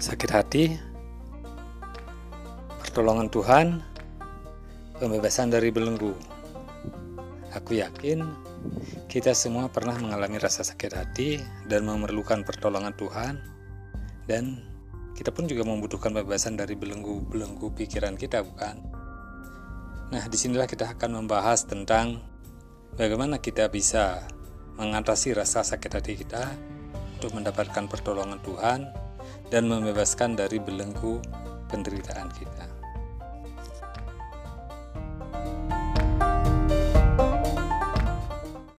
sakit hati, pertolongan Tuhan, pembebasan dari belenggu. Aku yakin kita semua pernah mengalami rasa sakit hati dan memerlukan pertolongan Tuhan, dan kita pun juga membutuhkan pembebasan dari belenggu pikiran kita, bukan? Nah, disinilah kita akan membahas tentang bagaimana kita bisa mengatasi rasa sakit hati kita untuk mendapatkan pertolongan Tuhan dan membebaskan dari belenggu penderitaan kita.